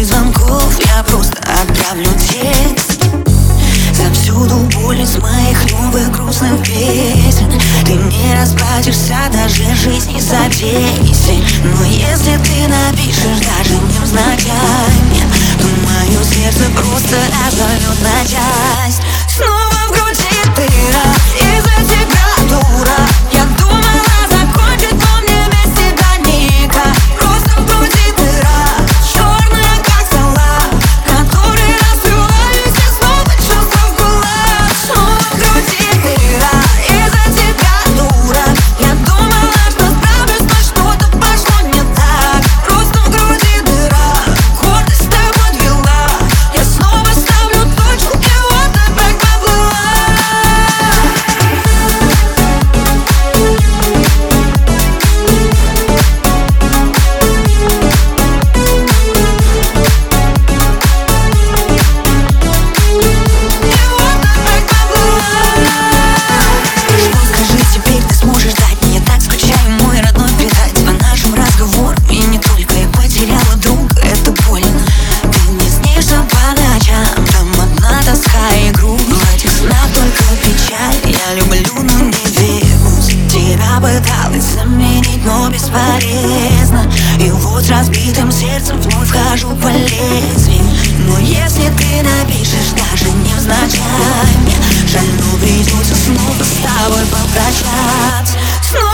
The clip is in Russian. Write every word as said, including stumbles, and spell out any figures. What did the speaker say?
тысячи звонков, я просто отправлю текст. Завсюду боль из моих новых грустных песен. Ты не расплатишься даже жизни за десять. Но если ты напишешь даже невзначай мне, то мое сердце просто разорвет на часть. Снова в груди дыра, из-за тебя дура. Я думала закончить, но мне без тебя никак. Просто в груди дыра, черная как скала, который раскрываюсь и снова чувства в кулак. Снова в груди дыра, из-за тебя дура. Я думала, что справлюсь, но что-то пошло не так. Просто в груди дыра, гордость так подвела. Я снова ставлю точку, и вот опять поплыла. Скажи, теперь ты сможешь дать мне? Я так скучаю, мой родной, предать по нашим разговорам. И не только я потеряла друга, это больно. Ты не снишься по ночам, там одна тоска и грусть. В этих снах только печаль, я люблю, но не вернусь. Тебя пыталась заменить, но бесполезно. И вот с разбитым сердцем вновь хожу по лезвию. Но если ты напишешь даже невзначай мне, жаль, но придется снова с тобой попрощаться. Снова